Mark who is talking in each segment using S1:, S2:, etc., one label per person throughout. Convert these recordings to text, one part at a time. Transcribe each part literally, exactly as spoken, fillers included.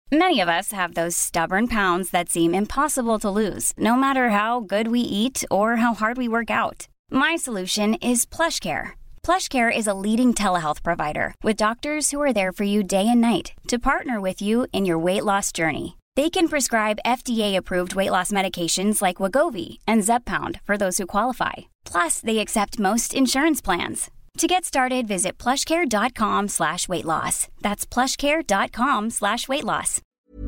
S1: Many of us have those stubborn pounds that seem impossible to lose, no matter how good we eat or how hard we work out. My solution is PlushCare. PlushCare is a leading telehealth provider with doctors who are there for you day and night to partner with you in your weight loss journey. They can prescribe F D A-approved weight loss medications like Wegovy and Zepbound for those who qualify. Plus, they accept most insurance plans. To get started, visit plushcare.com slash weight loss. That's plushcare.com slash weight loss.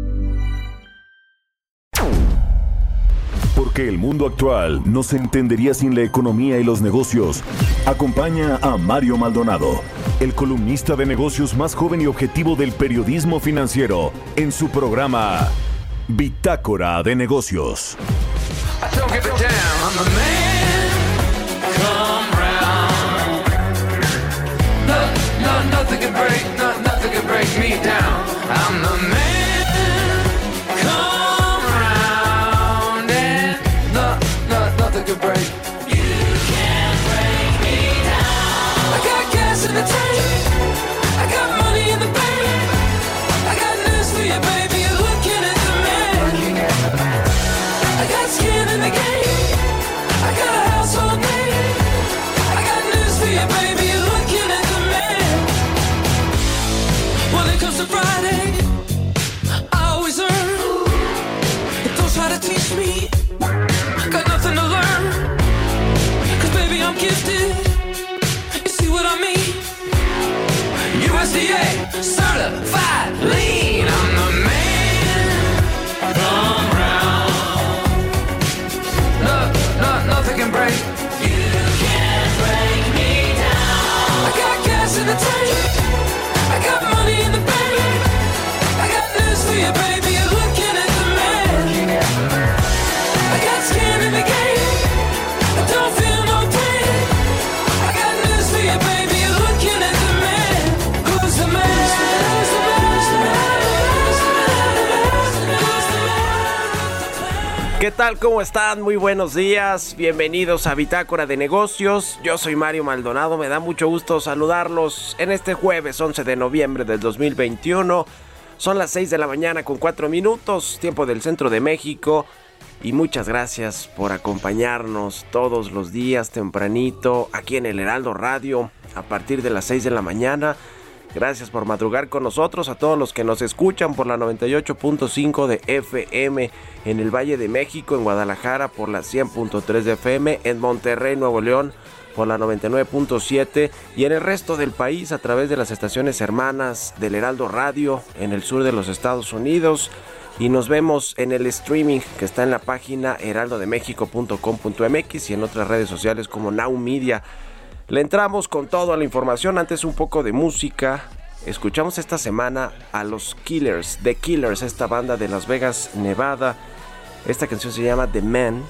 S2: Porque el mundo actual no se entendería sin la economía y los negocios. Acompaña a Mario Maldonado, el columnista de negocios más joven y objetivo del periodismo financiero, en su programa Bitácora de Negocios.
S3: Nothing can break, no, nothing can break me down. I'm the man. Come round and no, no, nothing can break. You can't break me down. I got gas in the tank. I got money in the bank. I got news for you, baby. You're looking at the man. I got skin in the game. I got a household name. I got news for you, baby. You're looking at the man. When it comes to Friday, I always earn. But don't try to teach me, got nothing to learn. Cause baby, I'm gifted, you see what I mean? U S D A, certified lean. I'm the man, come round. No, no, nothing can break. You can't break me down. I got gas in the tank. I got money in the bank. I got news for you, baby. You're looking at the man. I got skin in the game. I don't feel no pain. I got news for you, baby. You're looking at the man. Who's the man? Who's the man? Who's the man? Who's the man?
S4: ¿Qué tal? ¿Cómo están? Muy buenos días. Bienvenidos a Bitácora de Negocios. Yo soy Mario Maldonado. Me da mucho gusto saludarlos en este jueves once de noviembre del dos mil veintiuno. Son las seis de la mañana con cuatro minutos, tiempo del centro de México. Y muchas gracias por acompañarnos todos los días tempranito aquí en el Heraldo Radio a partir de las seis de la mañana. Gracias por madrugar con nosotros, a todos los que nos escuchan por la noventa y ocho punto cinco de F M en el Valle de México, en Guadalajara por la cien punto tres de F M, en Monterrey, Nuevo León por la noventa y nueve punto siete y en el resto del país a través de las estaciones hermanas del Heraldo Radio en el sur de los Estados Unidos. Y nos vemos en el streaming que está en la página heraldo de méxico punto com punto m x y en otras redes sociales como Now Media. Le entramos con todo a la información, antes un poco de música. Escuchamos esta semana a los Killers, The Killers, esta banda de Las Vegas, Nevada. Esta canción se llama The Man.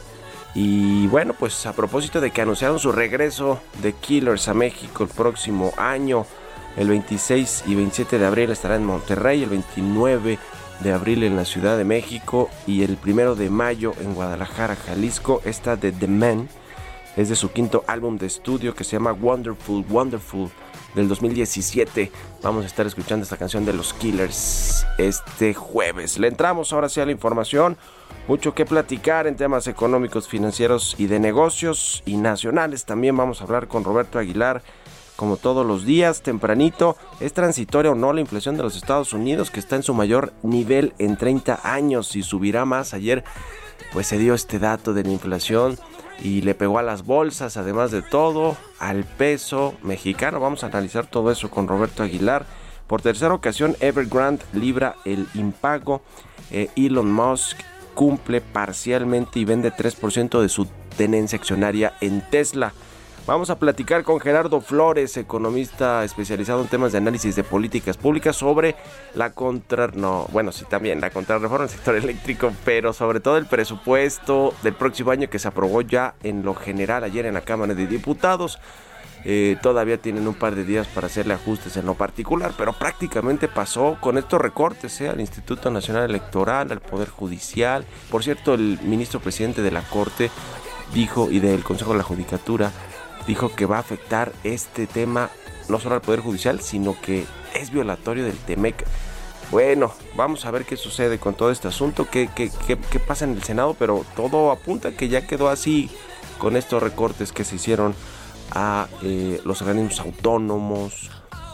S4: Y bueno, pues a propósito de que anunciaron su regreso de Killers a México el próximo año, el veintiséis y veintisiete de abril estará en Monterrey, el veintinueve de abril en la Ciudad de México y el primero de mayo en Guadalajara, Jalisco. Esta de The Man es de su quinto álbum de estudio que se llama Wonderful, Wonderful, del dos mil diecisiete. Vamos a estar escuchando esta canción de los Killers este jueves. Le entramos ahora sí a la información. Mucho que platicar en temas económicos, financieros y de negocios y nacionales. También vamos a hablar con Roberto Aguilar, como todos los días, tempranito. ¿Es transitoria o no la inflación de los Estados Unidos, que está en su mayor nivel en treinta años y subirá más? Ayer pues se dio este dato de la inflación y le pegó a las bolsas, además de todo, al peso mexicano. Vamos a analizar todo eso con Roberto Aguilar. Por tercera ocasión, Evergrande libra el impago. Eh, Elon Musk cumple parcialmente y vende tres por ciento de su tenencia accionaria en Tesla. Vamos a platicar con Gerardo Flores, economista especializado en temas de análisis de políticas públicas, sobre la contra... No, bueno, sí, también la contrarreforma del sector eléctrico, pero sobre todo el presupuesto del próximo año que se aprobó ya en lo general ayer en la Cámara de Diputados. Eh, todavía tienen un par de días para hacerle ajustes en lo particular, pero prácticamente pasó con estos recortes eh, al Instituto Nacional Electoral, al Poder Judicial. Por cierto, el ministro presidente de la Corte dijo, y del Consejo de la Judicatura, dijo que va a afectar este tema no solo al Poder Judicial, sino que es violatorio del T M E C. bueno, vamos a ver qué sucede con todo este asunto, qué, qué, qué, qué pasa en el Senado, pero todo apunta que ya quedó así con estos recortes que se hicieron a eh, los organismos autónomos,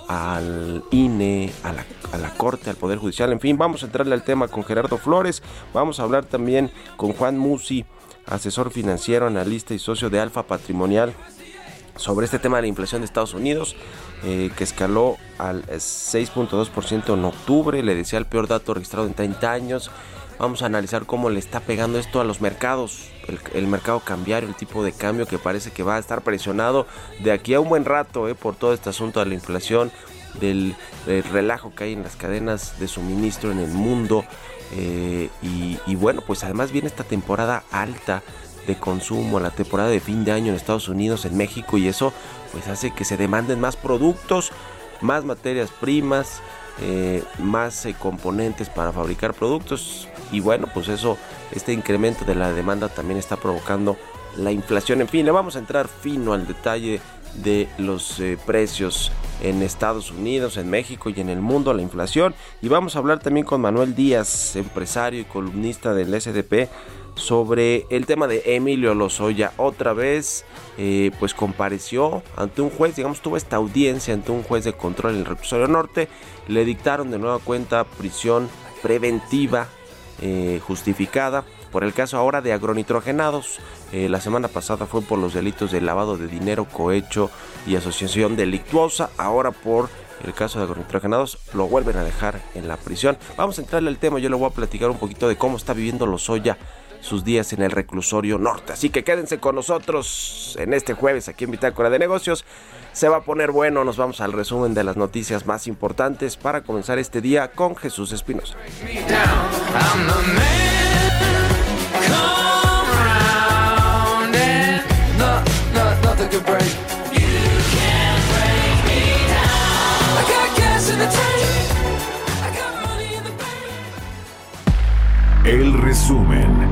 S4: al I N E, a la, a la Corte, al Poder Judicial. En fin, vamos a entrarle al tema con Gerardo Flores. Vamos a hablar también con Juan Musi, asesor financiero, analista y socio de Alfa Patrimonial, sobre este tema de la inflación de Estados Unidos, eh, que escaló al seis punto dos por ciento en octubre, le decía el peor dato registrado en treinta años. Vamos a analizar cómo le está pegando esto a los mercados, el, el mercado cambiario, el tipo de cambio que parece que va a estar presionado de aquí a un buen rato eh, por todo este asunto de la inflación, del, del relajo que hay en las cadenas de suministro en el mundo. Eh, y, y bueno, pues además viene esta temporada alta de consumo, la temporada de fin de año en Estados Unidos, en México, y eso pues hace que se demanden más productos, más materias primas, eh, más eh, componentes para fabricar productos, y bueno, pues eso, este incremento de la demanda también está provocando la inflación. En fin, le vamos a entrar fino al detalle de los eh, precios en Estados Unidos, en México y en el mundo, la inflación, y vamos a hablar también con Manuel Díaz, empresario y columnista del S D P, sobre el tema de Emilio Lozoya. Otra vez eh, pues compareció ante un juez, digamos, tuvo esta audiencia ante un juez de control en el Reclusorio Norte. Le dictaron de nueva cuenta prisión preventiva eh, justificada por el caso ahora de agronitrogenados. Eh, la semana pasada fue por los delitos de lavado de dinero, cohecho y asociación delictuosa. Ahora por el caso de agronitrogenados lo vuelven a dejar en la prisión. Vamos a entrarle al tema. Yo le voy a platicar un poquito de cómo está viviendo Lozoya sus días en el Reclusorio Norte. Así que quédense con nosotros en este jueves aquí en Bitácora de Negocios. Se va a poner bueno. Nos vamos al resumen de las noticias más importantes para comenzar este día con Jesús Espinosa.
S2: El resumen.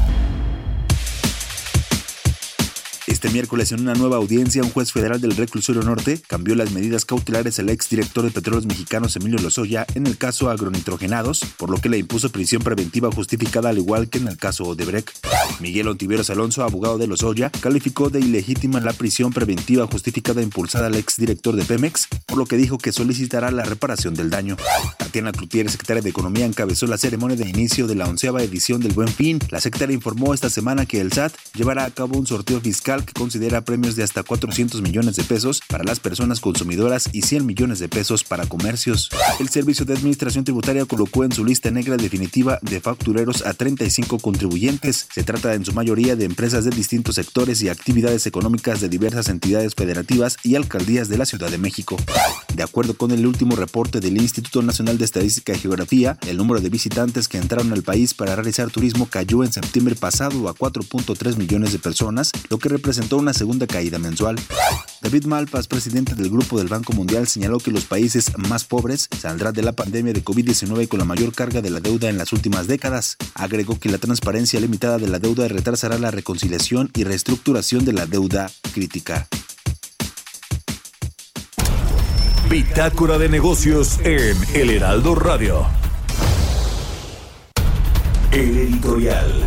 S5: Este miércoles, en una nueva audiencia, un juez federal del Reclusorio Norte cambió las medidas cautelares al exdirector de Petróleos Mexicanos, Emilio Lozoya, en el caso agronitrogenados, por lo que le impuso prisión preventiva justificada, al igual que en el caso Odebrecht. Miguel Ontiveros Alonso, abogado de Lozoya, calificó de ilegítima la prisión preventiva justificada impulsada al exdirector de Pemex, por lo que dijo que solicitará la reparación del daño. Tatiana Cloutier, secretaria de Economía, encabezó la ceremonia de inicio de la onceava edición del Buen Fin. La secretaria informó esta semana que el S A T llevará a cabo un sorteo fiscal que considera premios de hasta cuatrocientos millones de pesos para las personas consumidoras y cien millones de pesos para comercios. El Servicio de Administración Tributaria colocó en su lista negra definitiva de factureros a treinta y cinco contribuyentes. Se trata en su mayoría de empresas de distintos sectores y actividades económicas de diversas entidades federativas y alcaldías de la Ciudad de México. De acuerdo con el último reporte del Instituto Nacional de Estadística y Geografía, el número de visitantes que entraron al país para realizar turismo cayó en septiembre pasado a cuatro punto tres millones de personas, lo que representó una segunda caída mensual. David Malpass, presidente del Grupo del Banco Mundial, señaló que los países más pobres saldrán de la pandemia de covid diecinueve con la mayor carga de la deuda en las últimas décadas. Agregó que la transparencia limitada de la deuda retrasará la reconciliación y reestructuración de la deuda crítica.
S2: Bitácora de Negocios en El Heraldo Radio. El editorial.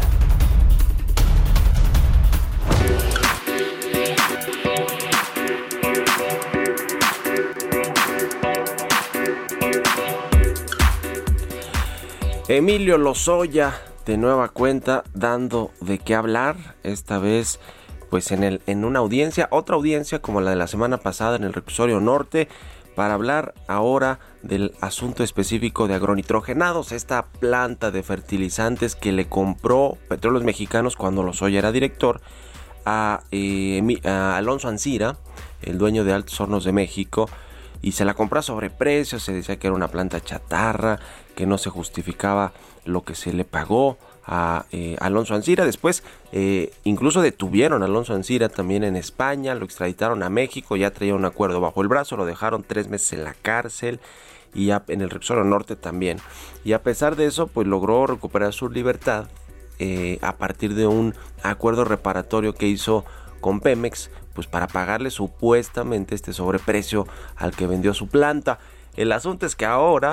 S4: Emilio Lozoya, de nueva cuenta, dando de qué hablar, esta vez pues en, el, en una audiencia, otra audiencia como la de la semana pasada en el Reclusorio Norte, para hablar ahora del asunto específico de agronitrogenados, esta planta de fertilizantes que le compró Petróleos Mexicanos cuando Lozoya era director a, eh, a Alonso Ancira, el dueño de Altos Hornos de México, y se la compró a sobreprecio. Se decía que era una planta chatarra, que no se justificaba lo que se le pagó a eh, Alonso Ancira. Después eh, incluso detuvieron a Alonso Ancira también en España, lo extraditaron a México, ya traía un acuerdo bajo el brazo, lo dejaron tres meses en la cárcel y ya en el Reclusorio Norte también. Y a pesar de eso, pues logró recuperar su libertad eh, a partir de un acuerdo reparatorio que hizo con Pemex, pues para pagarle supuestamente este sobreprecio al que vendió su planta. El asunto es que ahora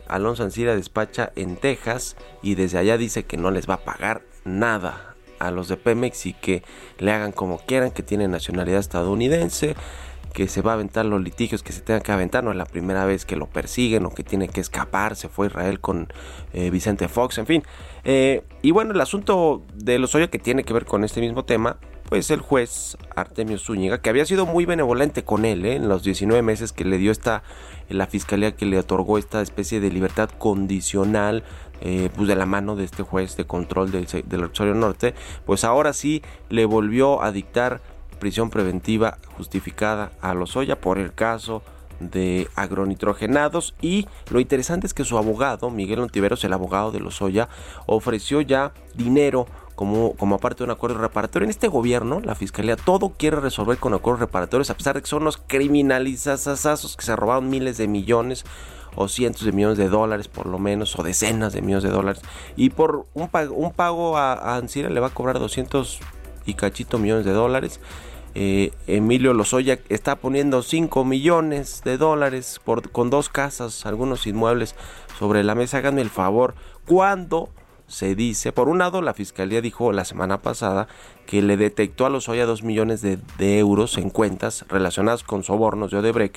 S4: Alonso Ancira despacha en Texas y desde allá dice que no les va a pagar nada a los de Pemex y que le hagan como quieran, que tiene nacionalidad estadounidense, que se va a aventar los litigios que se tengan que aventar. No es la primera vez que lo persiguen o que tiene que escapar. Se fue a Israel con eh, Vicente Fox, en fin. Eh, y bueno, el asunto de Lozoya, que tiene que ver con este mismo tema, pues el juez Artemio Zúñiga, que había sido muy benevolente con él ¿eh? en los diecinueve meses que le dio esta, la fiscalía que le otorgó esta especie de libertad condicional, eh, pues de la mano de este juez de control del, del Reclusorio Norte, pues ahora sí le volvió a dictar prisión preventiva justificada a Lozoya por el caso de agronitrogenados. Y lo interesante es que su abogado, Miguel Ontiveros, el abogado de Lozoya, ofreció ya dinero como, como parte de un acuerdo reparatorio. En este gobierno, la fiscalía todo quiere resolver con acuerdos reparatorios, a pesar de que son los criminalizazazazos que se robaron miles de millones o cientos de millones de dólares por lo menos, o decenas de millones de dólares. Y por un pago, un pago a, a Ancira le va a cobrar doscientos y cachito millones de dólares. Eh, Emilio Lozoya está poniendo cinco millones de dólares por, con dos casas, algunos inmuebles sobre la mesa. Háganme el favor, cuando se dice, por un lado, la fiscalía dijo la semana pasada que le detectó a Lozoya dos millones de, de euros en cuentas relacionadas con sobornos de Odebrecht,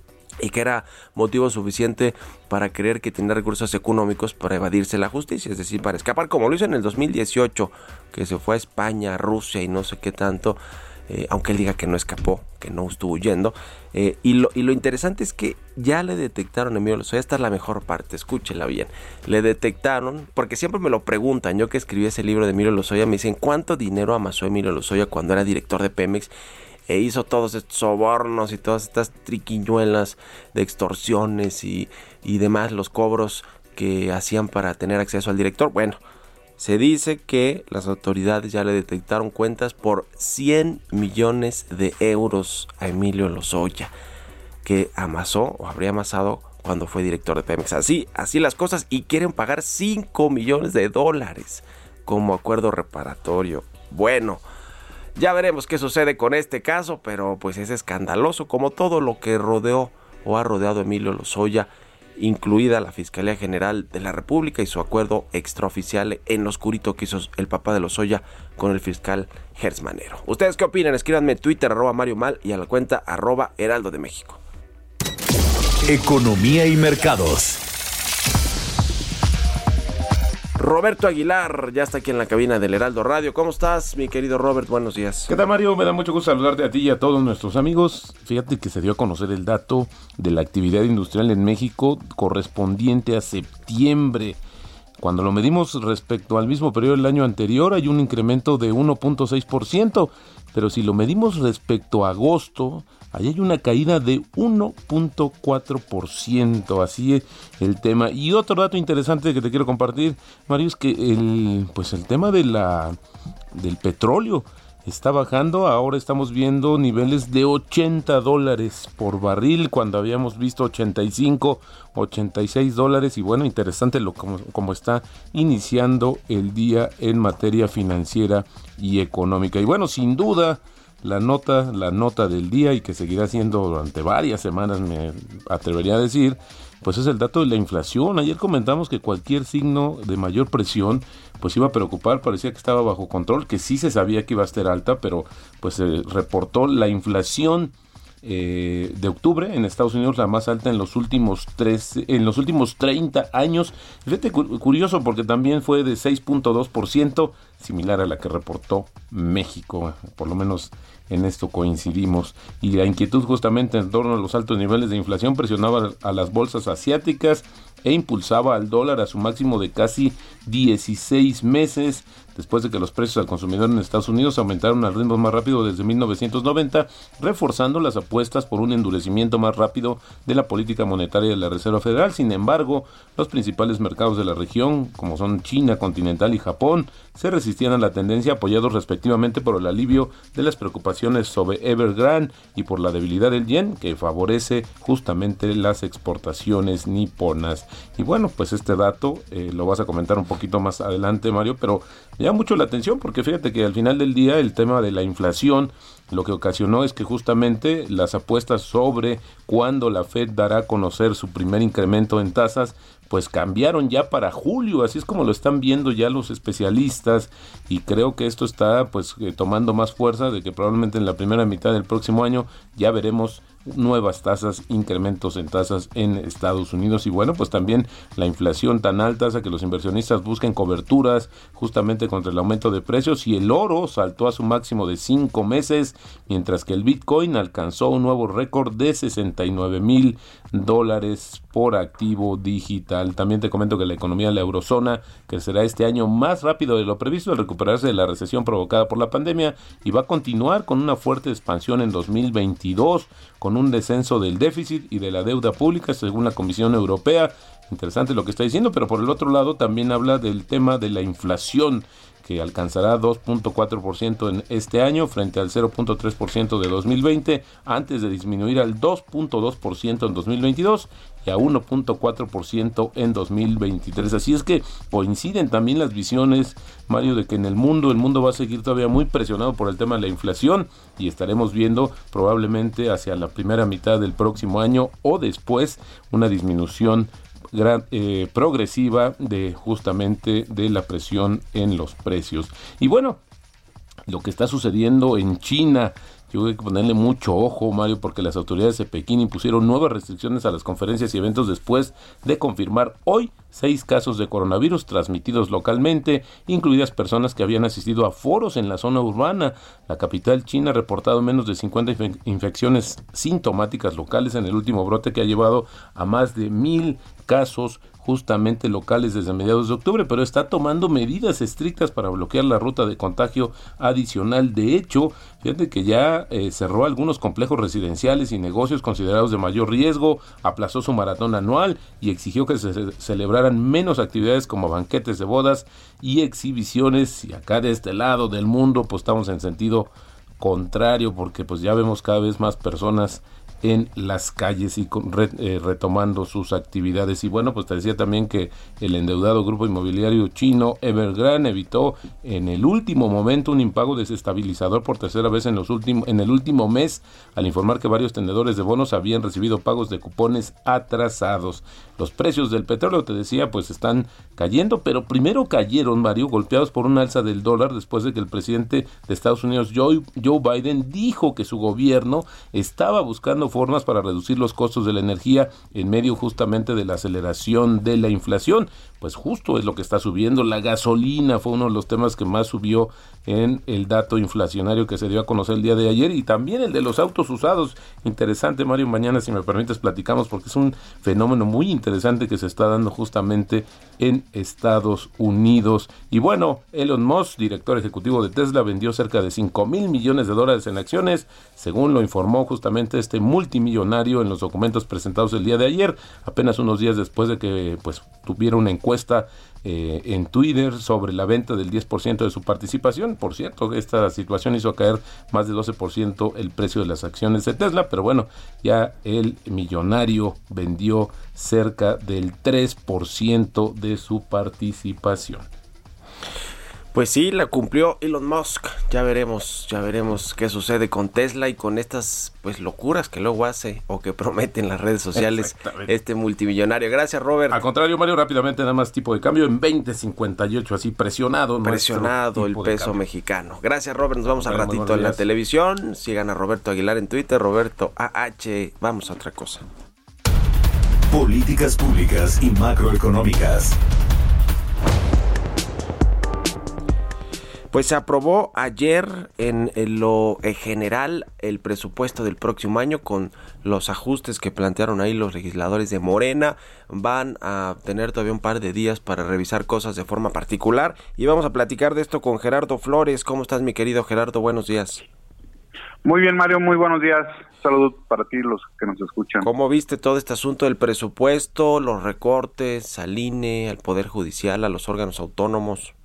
S4: y que era motivo suficiente para creer que tenía recursos económicos para evadirse la justicia, es decir, para escapar, como lo hizo en el dos mil dieciocho, que se fue a España, a Rusia y no sé qué tanto. Eh, aunque él diga que no escapó, que no estuvo huyendo. Eh, y, lo, y lo interesante es que ya le detectaron a Emilio Lozoya. Esta es la mejor parte, escúchela bien. Le detectaron, porque siempre me lo preguntan, yo que escribí ese libro de Emilio Lozoya, me dicen, ¿cuánto dinero amasó Emilio Lozoya cuando era director de Pemex? E hizo todos estos sobornos y todas estas triquiñuelas de extorsiones y, y demás, los cobros que hacían para tener acceso al director. Bueno, se dice que las autoridades ya le detectaron cuentas por cien millones de euros a Emilio Lozoya, que amasó o habría amasado cuando fue director de Pemex. Así, así las cosas, y quieren pagar cinco millones de dólares como acuerdo reparatorio. Bueno, ya veremos qué sucede con este caso, pero pues es escandaloso como todo lo que rodeó o ha rodeado a Emilio Lozoya, incluida la Fiscalía General de la República y su acuerdo extraoficial en lo oscurito que hizo el papá de Lozoya con el fiscal Gers Manero. ¿Ustedes qué opinan? Escríbanme en Twitter, arroba Mario Mal, y a la cuenta arroba Heraldo de México.
S2: Economía y mercados.
S4: Roberto Aguilar ya está aquí en la cabina del Heraldo Radio. ¿Cómo estás, mi querido Robert? Buenos días.
S6: ¿Qué tal, Mario? Me da mucho gusto saludarte a ti y a todos nuestros amigos. Fíjate que se dio a conocer el dato de la actividad industrial en México correspondiente a septiembre. Cuando lo medimos respecto al mismo periodo del año anterior, hay un incremento de uno punto seis por ciento, pero si lo medimos respecto a agosto, ahí hay una caída de uno punto cuatro por ciento, así es el tema. Y otro dato interesante que te quiero compartir, Mario, es que el, pues el tema de la, del petróleo está bajando. Ahora estamos viendo niveles de ochenta dólares por barril, cuando habíamos visto ochenta y cinco, ochenta y seis dólares. Y bueno, interesante lo como, como está iniciando el día en materia financiera y económica. Y bueno, sin duda, la nota, la nota del día, y que seguirá siendo durante varias semanas, me atrevería a decir, pues es el dato de la inflación. Ayer comentamos que cualquier signo de mayor presión pues iba a preocupar, parecía que estaba bajo control, que sí se sabía que iba a estar alta, pero pues se reportó la inflación eh, de octubre en Estados Unidos, la más alta en los últimos tres, en los últimos treinta años. Fíjate, curioso, porque también fue de seis punto dos por ciento, similar a la que reportó México, por lo menos en esto coincidimos. Y la inquietud justamente en torno a los altos niveles de inflación presionaba a las bolsas asiáticas e impulsaba al dólar a su máximo de casi dieciséis meses, después de que los precios al consumidor en Estados Unidos aumentaron al ritmo más rápido desde mil novecientos noventa, reforzando las apuestas por un endurecimiento más rápido de la política monetaria de la Reserva Federal. Sin embargo, los principales mercados de la región, como son China continental y Japón, se resistían a la tendencia, apoyados respectivamente por el alivio de las preocupaciones sobre Evergrande y por la debilidad del yen, que favorece justamente las exportaciones niponas. Y bueno, pues este dato eh, lo vas a comentar un poquito más adelante, Mario, pero me llama mucho la atención porque fíjate que al final del día el tema de la inflación lo que ocasionó es que justamente las apuestas sobre cuándo la Fed dará a conocer su primer incremento en tasas pues cambiaron ya para julio, así es como lo están viendo ya los especialistas, y creo que esto está pues eh, tomando más fuerza, de que probablemente en la primera mitad del próximo año ya veremos nuevas tasas, incrementos en tasas en Estados Unidos. Y bueno, pues también la inflación tan alta hace que los inversionistas busquen coberturas justamente contra el aumento de precios, y el oro saltó a su máximo de cinco meses, mientras que el Bitcoin alcanzó un nuevo récord de sesenta y nueve mil dólares por activo digital. También te comento que la economía de la eurozona crecerá este año más rápido de lo previsto al recuperarse de la recesión provocada por la pandemia, y va a continuar con una fuerte expansión en dos mil veintidós, con un descenso del déficit y de la deuda pública, según la Comisión Europea. Interesante lo que está diciendo, pero por el otro lado también habla del tema de la inflación, que alcanzará dos punto cuatro por ciento en este año frente al cero punto tres por ciento de dos mil veinte, antes de disminuir al dos punto dos por ciento en dos mil veintidós y a uno punto cuatro por ciento en dos mil veintitrés. Así es que coinciden también las visiones, Mario, de que en el mundo, el mundo va a seguir todavía muy presionado por el tema de la inflación, y estaremos viendo probablemente hacia la primera mitad del próximo año o después una disminución Gran, eh, progresiva de justamente de la presión en los precios. Y bueno, lo que está sucediendo en China, yo hay que ponerle mucho ojo, Mario, porque las autoridades de Pekín impusieron nuevas restricciones a las conferencias y eventos después de confirmar hoy seis casos de coronavirus transmitidos localmente, incluidas personas que habían asistido a foros en la zona urbana. La capital china ha reportado menos de cincuenta infe- infecciones sintomáticas locales en el último brote, que ha llevado a más de mil casos justamente locales desde mediados de octubre, pero está tomando medidas estrictas para bloquear la ruta de contagio adicional. De hecho, fíjate que ya eh, cerró algunos complejos residenciales y negocios considerados de mayor riesgo, aplazó su maratón anual y exigió que se celebraran menos actividades como banquetes de bodas y exhibiciones. Y acá de este lado del mundo pues estamos en sentido contrario, porque pues ya vemos cada vez más personas en las calles y con, re, eh, retomando sus actividades. Y bueno, pues te decía también que el endeudado grupo inmobiliario chino Evergrande evitó en el último momento un impago desestabilizador por tercera vez en los últimos en el último mes, al informar que varios tenedores de bonos habían recibido pagos de cupones atrasados. Los precios del petróleo, te decía, pues están cayendo, pero primero cayeron, Mario, golpeados por un alza del dólar después de que el presidente de Estados Unidos, Joe, Joe Biden, dijo que su gobierno estaba buscando formas para reducir los costos de la energía en medio justamente de la aceleración de la inflación. Pues justo es lo que está subiendo. La gasolina fue uno de los temas que más subió en el dato inflacionario que se dio a conocer el día de ayer, y también el de los autos usados. Interesante, Mario, mañana, si me permites, platicamos, porque es un fenómeno muy interesante que se está dando justamente en Estados Unidos. Y bueno, Elon Musk, director ejecutivo de Tesla, vendió cerca de cinco mil millones de dólares en acciones, según lo informó justamente este multimillonario en los documentos presentados el día de ayer, apenas unos días después de que pues tuviera una encuesta eh, en Twitter sobre la venta del diez por ciento de su participación. Por cierto, esta situación hizo caer más de doce por ciento el precio de las acciones de Tesla, pero bueno, ya el millonario vendió cerca del tres por ciento de su participación.
S4: Pues sí, la cumplió Elon Musk. Ya veremos, ya veremos qué sucede con Tesla y con estas pues locuras que luego hace o que promete en las redes sociales este multimillonario. Gracias, Robert.
S6: Al contrario, Mario, rápidamente, nada más tipo de cambio en veinte cincuenta y ocho, así presionado.
S4: Presionado el peso mexicano. Gracias, Robert. Nos vamos al ratito en la televisión. Sigan a Roberto Aguilar en Twitter, Roberto A H. Vamos a otra cosa.
S2: Políticas públicas y macroeconómicas.
S4: Pues se aprobó ayer en, en lo en general el presupuesto del próximo año, con los ajustes que plantearon ahí los legisladores de Morena. Van a tener todavía un par de días para revisar cosas de forma particular, y vamos a platicar de esto con Gerardo Flores. ¿Cómo estás, mi querido Gerardo? Buenos días.
S7: Muy bien, Mario, muy buenos días. Saludos para ti, los que nos escuchan.
S4: ¿Cómo viste todo este asunto del presupuesto, los recortes al I N E, al Poder Judicial, a los órganos autónomos?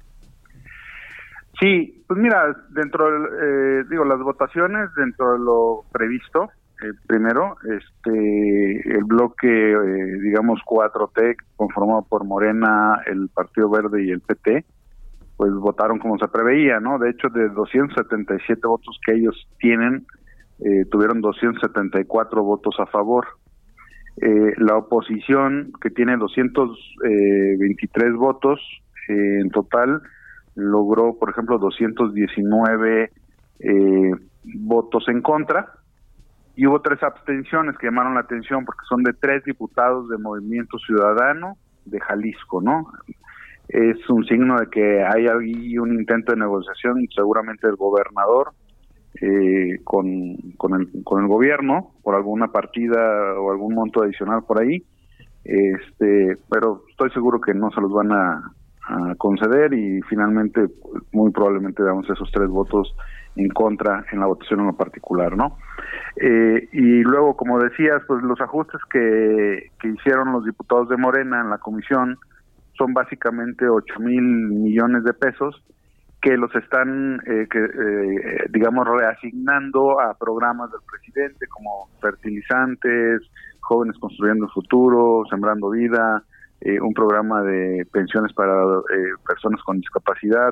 S7: Sí, pues mira, dentro de, eh, digo, las votaciones, dentro de lo previsto, eh, primero, este, el bloque, eh, digamos, cuatro T, conformado por Morena, el Partido Verde y el P T, pues votaron como se preveía, ¿no? De hecho, de doscientos setenta y siete votos que ellos tienen, eh, tuvieron doscientos setenta y cuatro votos a favor. Eh, la oposición, que tiene doscientos veintitrés votos eh, en total, logró, por ejemplo, doscientos diecinueve eh, votos en contra, y hubo tres abstenciones que llamaron la atención porque son de tres diputados de Movimiento Ciudadano de Jalisco, ¿no? Es un signo de que hay ahí un intento de negociación, seguramente del gobernador eh, con, con, el, con el gobierno, por alguna partida o algún monto adicional por ahí, este, pero estoy seguro que no se los van a, a conceder y finalmente muy probablemente damos esos tres votos en contra en la votación en lo particular, ¿no? Eh, y luego, como decías, pues los ajustes que, que hicieron los diputados de Morena en la comisión son básicamente ocho mil millones de pesos que los están, eh, que eh, digamos, reasignando a programas del presidente como fertilizantes, Jóvenes Construyendo el Futuro, Sembrando Vida, eh, un programa de pensiones para eh, personas con discapacidad,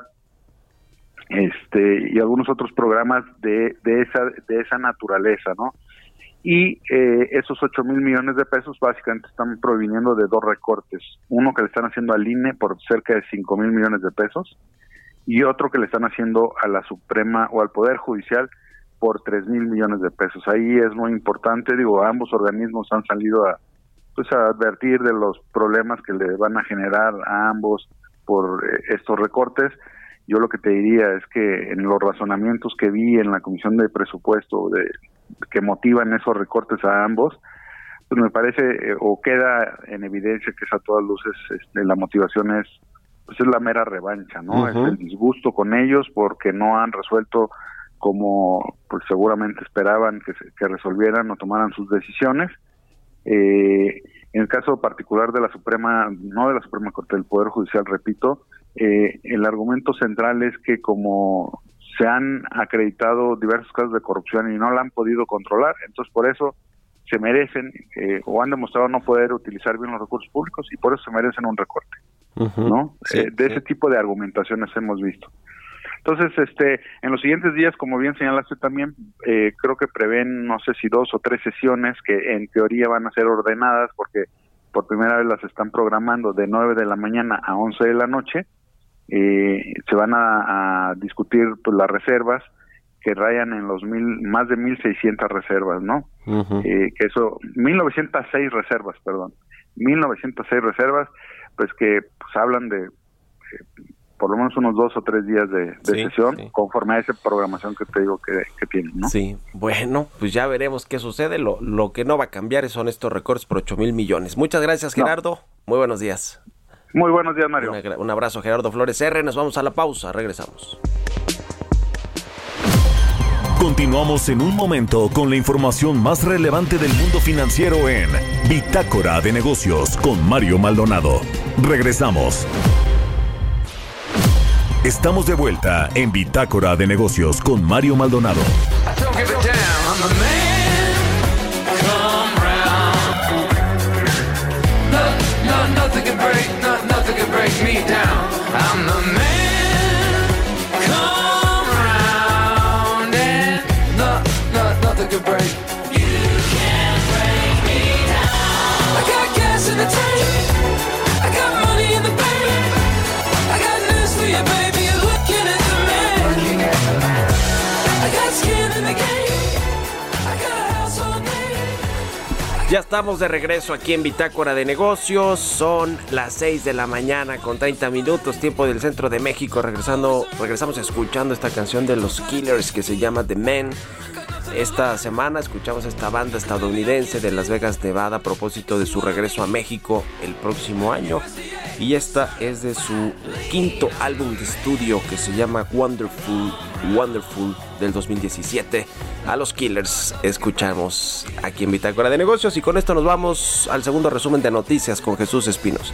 S7: este y algunos otros programas de, de esa de esa naturaleza, ¿no? Y eh, esos ocho mil millones de pesos básicamente están proviniendo de dos recortes, uno que le están haciendo al I N E por cerca de cinco mil millones de pesos y otro que le están haciendo a la Suprema o al Poder Judicial por tres mil millones de pesos. Ahí es muy importante, digo, ambos organismos han salido a pues a advertir de los problemas que le van a generar a ambos por eh, estos recortes. Yo lo que te diría es que en los razonamientos que vi en la Comisión de Presupuesto de que motivan esos recortes a ambos, pues me parece eh, o queda en evidencia que es a todas luces este, la motivación es pues es la mera revancha, ¿no? Uh-huh. Es el disgusto con ellos porque no han resuelto como pues seguramente esperaban que, se, que resolvieran o tomaran sus decisiones. Eh, en el caso particular de la Suprema, no de la Suprema Corte, del Poder Judicial, repito, eh, el argumento central es que como se han acreditado diversos casos de corrupción y no la han podido controlar, entonces por eso se merecen eh, o han demostrado no poder utilizar bien los recursos públicos y por eso se merecen un recorte, uh-huh. ¿no? Sí, eh, de sí. Ese tipo de argumentaciones hemos visto. Entonces, este, en los siguientes días, como bien señalaste también, eh, creo que prevén, no sé si dos o tres sesiones que en teoría van a ser ordenadas porque por primera vez las están programando de nueve de la mañana a once de la noche. Eh, se van a, a discutir pues, las reservas que rayan en los mil, más de mil seiscientas reservas, ¿no? Uh-huh. Eh, que eso, mil novecientas seis reservas, perdón, mil novecientas seis reservas, pues que pues hablan de eh, por lo menos unos dos o tres días de, de sí, sesión, sí. conforme a esa programación que te digo que, que tienen, ¿no? Sí,
S4: bueno, pues ya veremos qué sucede. Lo, lo que no va a cambiar son estos recortes por ocho mil millones. Muchas gracias, Gerardo. No. Muy buenos días.
S7: Muy buenos días, Mario.
S4: Una, un abrazo, Gerardo Flores R. Nos vamos a la pausa. Regresamos.
S2: Continuamos en un momento con la información más relevante del mundo financiero en Bitácora de Negocios con Mario Maldonado. Regresamos. Estamos de vuelta en Bitácora de Negocios con Mario Maldonado.
S4: Ya estamos de regreso aquí en Bitácora de Negocios. Son las seis de la mañana con treinta minutos, tiempo del centro de México. Regresando, regresamos escuchando esta canción de los Killers que se llama The Men. Esta semana escuchamos a esta banda estadounidense de Las Vegas, Nevada, a propósito de su regreso a México el próximo año. Y esta es de su quinto álbum de estudio que se llama Wonderful, Wonderful del dos mil diecisiete. A los Killers escuchamos aquí en Bitácora de Negocios y con esto nos vamos al segundo resumen de noticias con Jesús Espinos.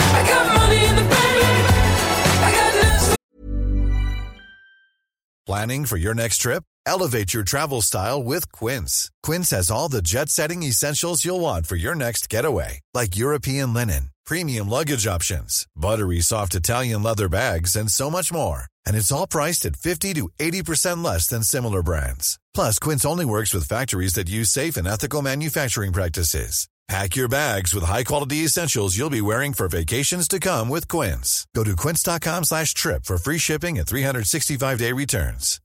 S8: Planning for your next trip? Elevate your travel style with Quince. Quince has all the jet-setting essentials you'll want for your next getaway, like European linen, premium luggage options, buttery soft Italian leather bags, and so much more. And it's all priced at fifty to eighty percent less than similar brands. Plus, Quince only works with factories that use safe and ethical manufacturing practices. Pack your bags with high-quality essentials you'll be wearing for vacations to come with Quince. Go to quince.com slash trip for free shipping and three sixty-five day returns.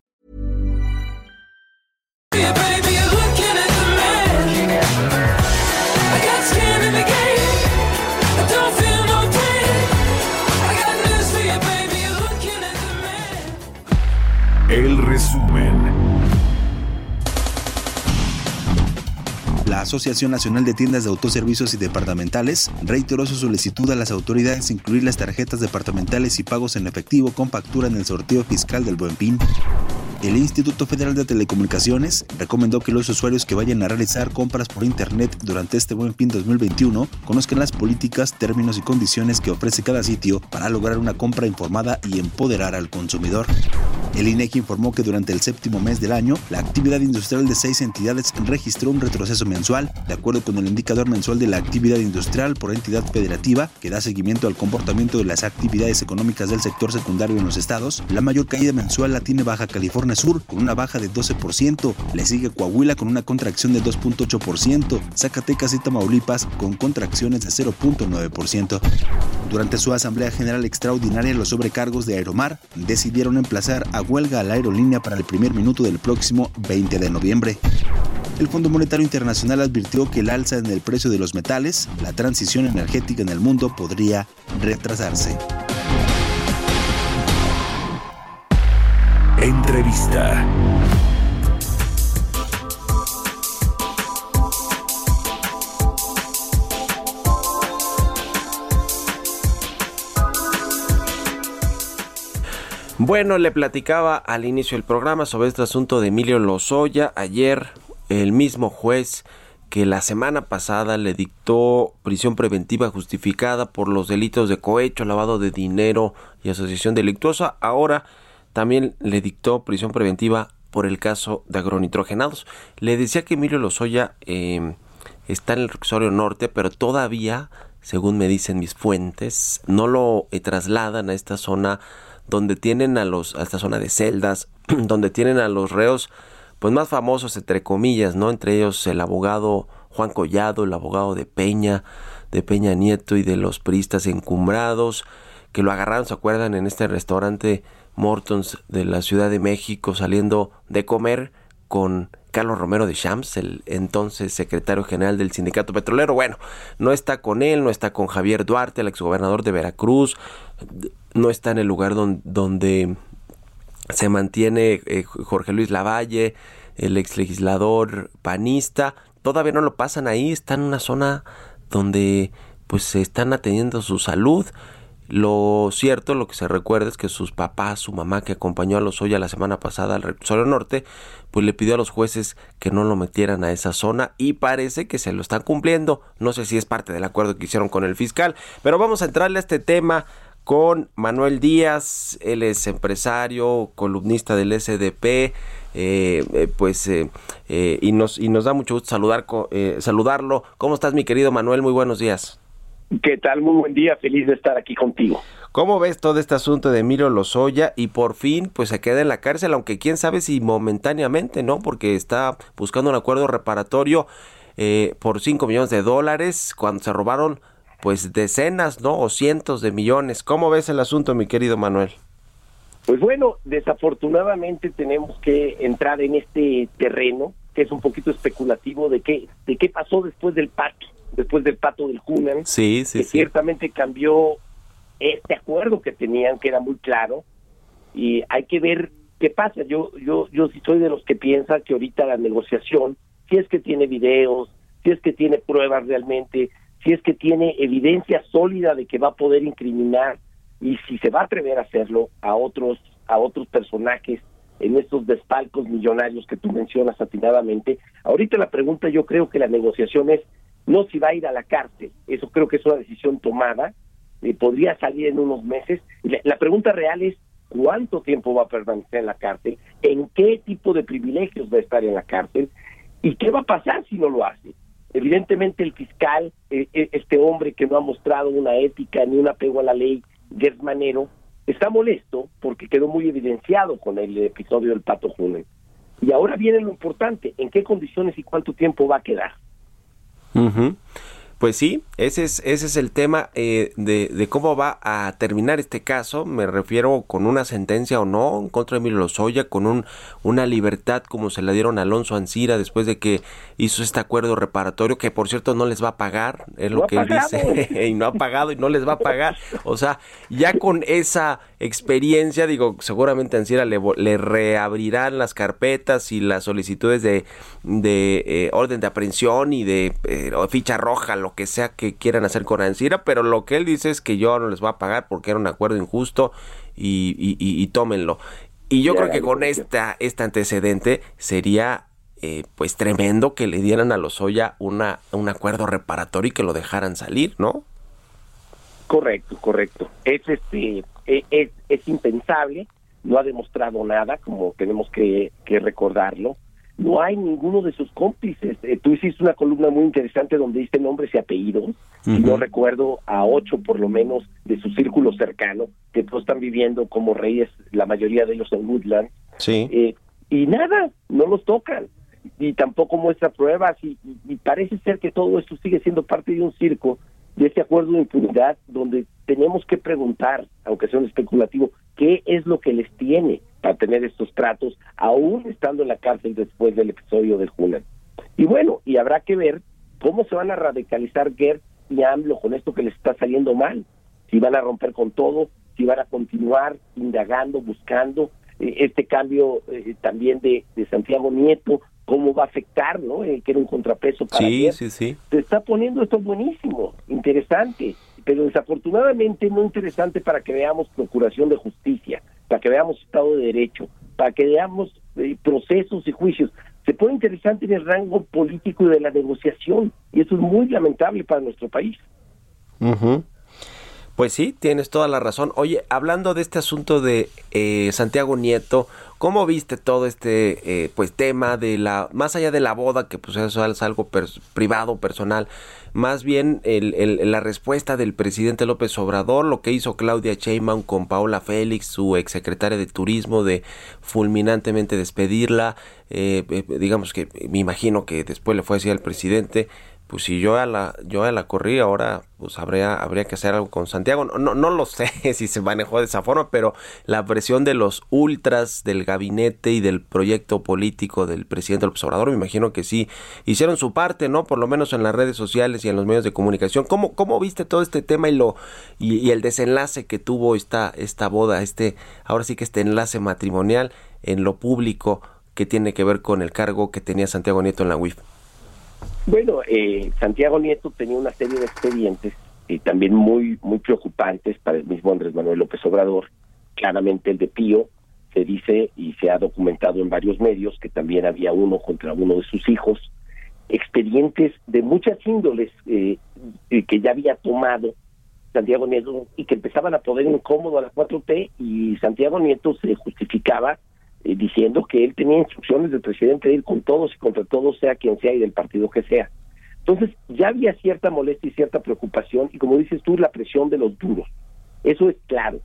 S3: Yeah, baby, you're looking at the man. I got skin in the game. I don't feel no pain. I got news for you, baby, you're looking at the man.
S2: El resumen.
S5: La Asociación Nacional de Tiendas de Autoservicios y Departamentales reiteró su solicitud a las autoridades incluir las tarjetas departamentales y pagos en efectivo con factura en el sorteo fiscal del Buen Fin. El Instituto Federal de Telecomunicaciones recomendó que los usuarios que vayan a realizar compras por Internet durante este Buen Fin dos mil veintiuno conozcan las políticas, términos y condiciones que ofrece cada sitio para lograr una compra informada y empoderar al consumidor. El INEGI informó que durante el séptimo mes del año, la actividad industrial de seis entidades registró un retroceso mensual. De acuerdo con el indicador mensual de la actividad industrial por entidad federativa, que da seguimiento al comportamiento de las actividades económicas del sector secundario en los estados, la mayor caída mensual la tiene Baja California Sur, con una baja de doce por ciento. Le sigue Coahuila con una contracción de dos punto ocho por ciento, Zacatecas y Tamaulipas con contracciones de cero punto nueve por ciento. Durante su Asamblea General Extraordinaria, los sobrecargos de Aeromar decidieron emplazar a huelga a la aerolínea para el primer minuto del próximo veinte de noviembre. El Fondo Monetario Internacional advirtió que el alza en el precio de los metales, la transición energética en el mundo podría retrasarse.
S2: Entrevista.
S4: Bueno, le platicaba al inicio del programa sobre este asunto de Emilio Lozoya. Ayer el mismo juez que la semana pasada le dictó prisión preventiva justificada por los delitos de cohecho, lavado de dinero y asociación delictuosa, ahora también le dictó prisión preventiva por el caso de agronitrogenados. Le decía que Emilio Lozoya eh, está en el reclusorio norte, pero todavía, según me dicen mis fuentes, no lo eh, trasladan a esta zona donde tienen a los, a esta zona de celdas, donde tienen a los reos pues más famosos entre comillas, ¿no? Entre ellos el abogado Juan Collado, el abogado de Peña, de Peña Nieto y de los priistas encumbrados, que lo agarraron, ¿se acuerdan? En este restaurante Mortons de la Ciudad de México, saliendo de comer con Carlos Romero de Champs, el entonces secretario general del Sindicato Petrolero. Bueno, no está con él, no está con Javier Duarte, el exgobernador de Veracruz, no está en el lugar donde, donde se mantiene eh, Jorge Luis Lavalle, el exlegislador panista. Todavía no lo pasan ahí, está en una zona donde pues se están atendiendo su salud. Lo cierto, lo que se recuerda es que sus papás, su mamá que acompañó a Lozoya la semana pasada al reclusorio norte, pues le pidió a los jueces que no lo metieran a esa zona y parece que se lo están cumpliendo. No sé si es parte del acuerdo que hicieron con el fiscal, pero vamos a entrarle a este tema con Manuel Díaz. Él es empresario, columnista del S D P, eh, eh, pues eh, eh, y nos y nos da mucho gusto saludar eh, saludarlo. ¿Cómo estás, mi querido Manuel? Muy buenos días.
S9: ¿Qué tal? Muy buen día, feliz de estar aquí contigo.
S4: ¿Cómo ves todo este asunto de Emilio Lozoya? Y por fin, pues se queda en la cárcel, aunque quién sabe si momentáneamente, ¿no? Porque está buscando un acuerdo reparatorio eh, por cinco millones de dólares, cuando se robaron, pues, decenas, ¿no? O cientos de millones. ¿Cómo ves el asunto, mi querido Manuel?
S9: Pues bueno, desafortunadamente tenemos que entrar en este terreno, que es un poquito especulativo, de qué, de qué pasó después del pacto. después del pato del Hunan,
S4: sí, sí,
S9: que
S4: sí.
S9: ciertamente cambió este acuerdo que tenían, que era muy claro, y hay que ver qué pasa. Yo yo yo sí soy de los que piensa que ahorita la negociación, si es que tiene videos, si es que tiene pruebas realmente, si es que tiene evidencia sólida de que va a poder incriminar, y si se va a atrever a hacerlo a otros a otros personajes en estos despalcos millonarios que tú mencionas atinadamente. Ahorita la pregunta, yo creo que la negociación es no si va a ir a la cárcel, eso creo que es una decisión tomada, eh, podría salir en unos meses. La, la pregunta real es cuánto tiempo va a permanecer en la cárcel, en qué tipo de privilegios va a estar en la cárcel, y qué va a pasar si no lo hace. Evidentemente el fiscal, eh, este hombre que no ha mostrado una ética ni un apego a la ley, Gertz Manero, está molesto porque quedó muy evidenciado con el episodio del Pato Hunan. Y ahora viene lo importante, ¿en qué condiciones y cuánto tiempo va a quedar?
S4: Uh-huh. Pues sí, ese es ese es el tema eh, de, de cómo va a terminar este caso. Me refiero con una sentencia o no en contra de Emilio Lozoya, con un una libertad como se la dieron a Alonso Ancira después de que hizo este acuerdo reparatorio, que por cierto no les va a pagar, es lo
S9: no
S4: que él dice, y no ha pagado y no les va a pagar. O sea, ya con esa experiencia, digo, seguramente Ancira le, le reabrirán las carpetas y las solicitudes de, de eh, orden de aprehensión y de eh, ficha roja, lo que sea que quieran hacer con Ancira, pero lo que él dice es que yo no les voy a pagar porque era un acuerdo injusto y, y, y, y tómenlo. Y yo ya, creo que con esta este antecedente sería eh, pues tremendo que le dieran a Lozoya una un acuerdo reparatorio y que lo dejaran salir, ¿no?
S9: Correcto, correcto. Es este es, es, es impensable, no ha demostrado nada, como tenemos que, que recordarlo. No hay ninguno de sus cómplices. Eh, tú hiciste una columna muy interesante donde diste nombres y apellidos, uh-huh. y no recuerdo a ocho por lo menos de su círculo cercano, que todos están viviendo como reyes, la mayoría de ellos en Woodland.
S4: Sí.
S9: Eh, y nada, no los tocan. Y tampoco muestra pruebas, y, y, y parece ser que todo esto sigue siendo parte de un circo, de este acuerdo de impunidad, donde tenemos que preguntar, aunque sea un especulativo, ¿qué es lo que les tiene para tener estos tratos, aún estando en la cárcel después del episodio del Julen? Y bueno, y habrá que ver cómo se van a radicalizar Gertz y AMLO con esto que les está saliendo mal, si van a romper con todo, si van a continuar indagando, buscando eh, este cambio eh, también de, de Santiago Nieto, cómo va a afectar, ¿no? Eh, que era un contrapeso para
S4: sí,
S9: Gertz.
S4: sí, sí.
S9: Se está poniendo esto buenísimo, interesante, pero desafortunadamente no interesante para que veamos procuración de justicia, para que veamos Estado de Derecho, para que veamos eh, procesos y juicios. Se pone interesante en el rango político y de la negociación, y eso es muy lamentable para nuestro país.
S4: Uh-huh. Pues sí, tienes toda la razón. Oye, hablando de este asunto de eh, Santiago Nieto, ¿cómo viste todo este eh, pues tema de la, más allá de la boda, que pues eso es algo pers- privado, personal, más bien el, el, la respuesta del presidente López Obrador, lo que hizo Claudia Sheinbaum con Paola Félix, su exsecretaria de Turismo, de fulminantemente despedirla, eh, eh, digamos que me imagino que después le fue a decir al presidente, pues si yo a la yo a la corrí, ahora pues habría habría que hacer algo con Santiago. No, no no lo sé si se manejó de esa forma, pero la presión de los ultras del gabinete y del proyecto político del presidente López Obrador, me imagino que sí hicieron su parte, ¿no? Por lo menos en las redes sociales y en los medios de comunicación. ¿Cómo cómo viste todo este tema y lo y, y el desenlace que tuvo esta esta boda, este ahora sí que este enlace matrimonial en lo público que tiene que ver con el cargo que tenía Santiago Nieto en la U I F?
S9: Bueno, eh, Santiago Nieto tenía una serie de expedientes y eh, también muy muy preocupantes para el mismo Andrés Manuel López Obrador. Claramente el de Pío, se dice y se ha documentado en varios medios que también había uno contra uno de sus hijos. Expedientes de muchas índoles eh, eh, que ya había tomado Santiago Nieto y que empezaban a poner incómodo a la cuatro T, y Santiago Nieto se justificaba Eh, diciendo que él tenía instrucciones del presidente de ir con todos y contra todos, sea quien sea y del partido que sea. Entonces ya había cierta molestia y cierta preocupación, y como dices tú, la presión de los duros. Eso es claro.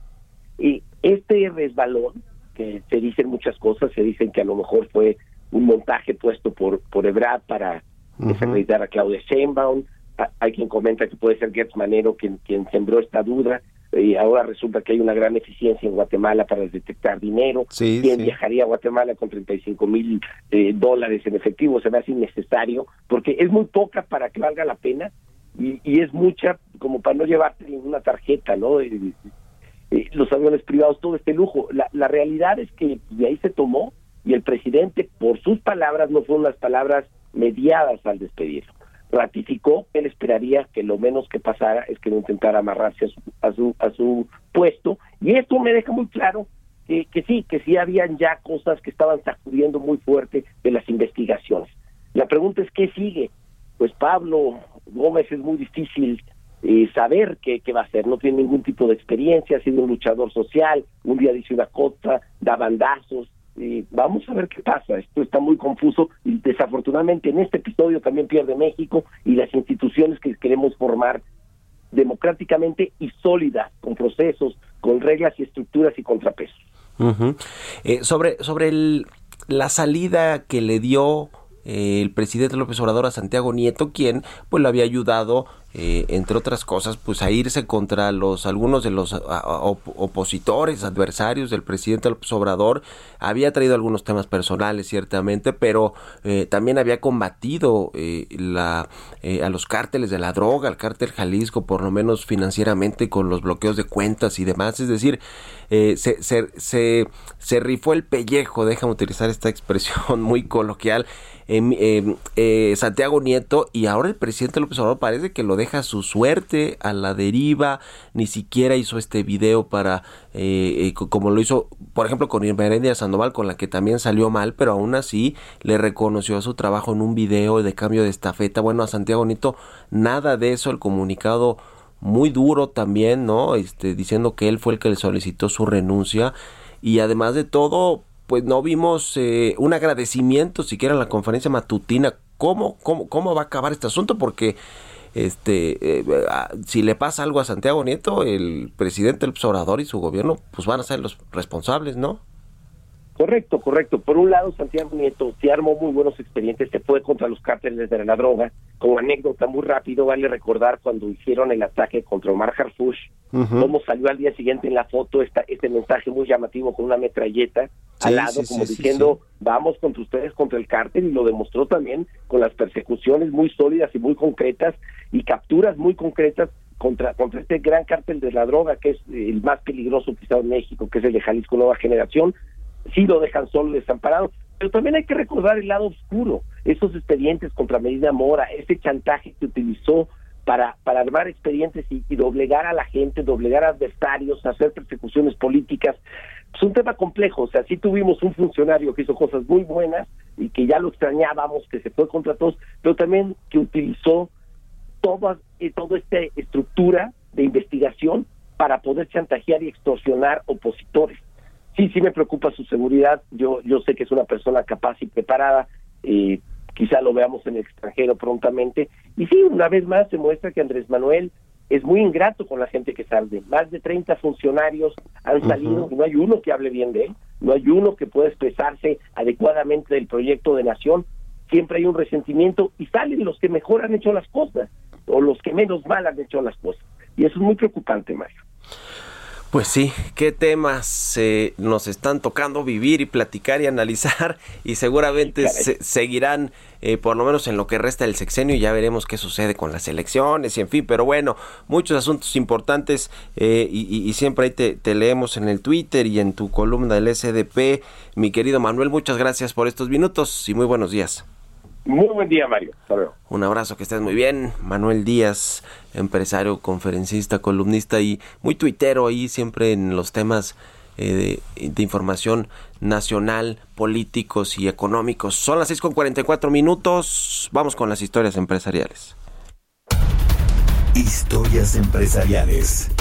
S9: Y este resbalón, que se dicen muchas cosas, se dicen que a lo mejor fue un montaje puesto por por Ebrard para uh-huh. desacreditar a Claudia Sheinbaum. Hay quien comenta que puede ser Gertz Manero quien, quien sembró esta duda. Y ahora resulta que hay una gran eficiencia en Guatemala para detectar dinero.
S4: Sí,
S9: ¿Quién
S4: sí.
S9: viajaría a Guatemala con treinta y cinco mil eh, dólares en efectivo? Se me hace innecesario, porque es muy poca para que valga la pena, y, y es mucha como para no llevarte una tarjeta, ¿no? Eh, eh, los aviones privados, todo este lujo. La, la realidad es que de ahí se tomó, y el presidente, por sus palabras, no fueron las palabras mediadas al despedirlo. Ratificó que él esperaría que lo menos que pasara es que no intentara amarrarse a su, a su, a su puesto, y esto me deja muy claro que, que sí, que sí habían ya cosas que estaban sacudiendo muy fuerte de las investigaciones. La pregunta es, ¿qué sigue? Pues Pablo Gómez es muy difícil eh, saber qué, qué va a hacer, no tiene ningún tipo de experiencia, ha sido un luchador social, un día dice una cosa, da bandazos. Eh, vamos a ver qué pasa. Esto está muy confuso, y desafortunadamente en este episodio también pierde México y las instituciones que queremos formar democráticamente y sólidas, con procesos, con reglas y estructuras y contrapesos.
S4: Uh-huh. Eh, sobre sobre el, la salida que le dio eh, el presidente López Obrador a Santiago Nieto, quien pues lo había ayudado, eh, entre otras cosas, pues a irse contra los algunos de los a, a, op, opositores, adversarios del presidente López Obrador. Había traído algunos temas personales, ciertamente, pero eh, también había combatido eh, la eh, a los cárteles de la droga, al cártel Jalisco, por lo menos financieramente, con los bloqueos de cuentas y demás. Es decir, eh, se, se, se, se rifó el pellejo, déjame utilizar esta expresión muy coloquial, eh, eh, eh, Santiago Nieto, y ahora el presidente López Obrador parece que lo deja a su suerte, a la deriva. Ni siquiera hizo este video para, eh, eh, como lo hizo, por ejemplo, con Irma Heréndira Sandoval, con la que también salió mal, pero aún así le reconoció su trabajo en un video de cambio de estafeta. Bueno, a Santiago Nieto nada de eso, el comunicado muy duro también, ¿no? Este, diciendo que él fue el que le solicitó su renuncia, y además de todo, pues no vimos eh, un agradecimiento siquiera en la conferencia matutina. ¿Cómo, cómo, cómo va a acabar este asunto? Porque este eh, si le pasa algo a Santiago Nieto, el presidente López Obrador y su gobierno pues van a ser los responsables, ¿no?
S9: Correcto, correcto. Por un lado, Santiago Nieto se armó muy buenos expedientes, se fue contra los cárteles de la droga. Como anécdota muy rápido, vale recordar cuando hicieron el ataque contra Omar Harfuch, uh-huh. cómo salió al día siguiente en la foto esta, este mensaje muy llamativo con una metralleta sí, al lado, sí, como sí, diciendo, sí, sí. vamos contra ustedes, contra el cártel, y lo demostró también con las persecuciones muy sólidas y muy concretas, y capturas muy concretas contra, contra este gran cártel de la droga, que es el más peligroso quizá en México, que es el de Jalisco Nueva Generación. Sí lo dejan solo, desamparado, pero también hay que recordar el lado oscuro, esos expedientes contra Medina Mora, ese chantaje que utilizó para, para armar expedientes y, y doblegar a la gente, doblegar a adversarios, hacer persecuciones políticas. Es un tema complejo. O sea, sí tuvimos un funcionario que hizo cosas muy buenas y que ya lo extrañábamos, que se fue contra todos, pero también que utilizó toda, eh, toda esta estructura de investigación para poder chantajear y extorsionar opositores. Sí, sí me preocupa su seguridad. Yo yo sé que es una persona capaz y preparada. Eh, quizá lo veamos en el extranjero prontamente. Y sí, una vez más se muestra que Andrés Manuel es muy ingrato con la gente que sale. Más de treinta funcionarios han salido, uh-huh. y no hay uno que hable bien de él, no hay uno que pueda expresarse adecuadamente del proyecto de nación. Siempre hay un resentimiento y salen los que mejor han hecho las cosas o los que menos mal han hecho las cosas. Y eso es muy preocupante, Mario.
S4: Pues sí, qué temas eh, nos están tocando vivir y platicar y analizar, y seguramente se, seguirán eh, por lo menos en lo que resta del sexenio, y ya veremos qué sucede con las elecciones y en fin, pero bueno, muchos asuntos importantes eh, y, y, y siempre ahí te, te leemos en el Twitter y en tu columna del S D P. Mi querido Manuel, muchas gracias por estos minutos y muy buenos días.
S9: Muy buen día, Mario. Hasta luego.
S4: Un abrazo, que estés muy bien. Manuel Díaz, empresario, conferencista, columnista y muy tuitero ahí siempre en los temas eh, de, de información nacional, políticos y económicos. Son las seis con cuarenta y cuatro minutos. Vamos con las historias empresariales.
S2: Historias empresariales.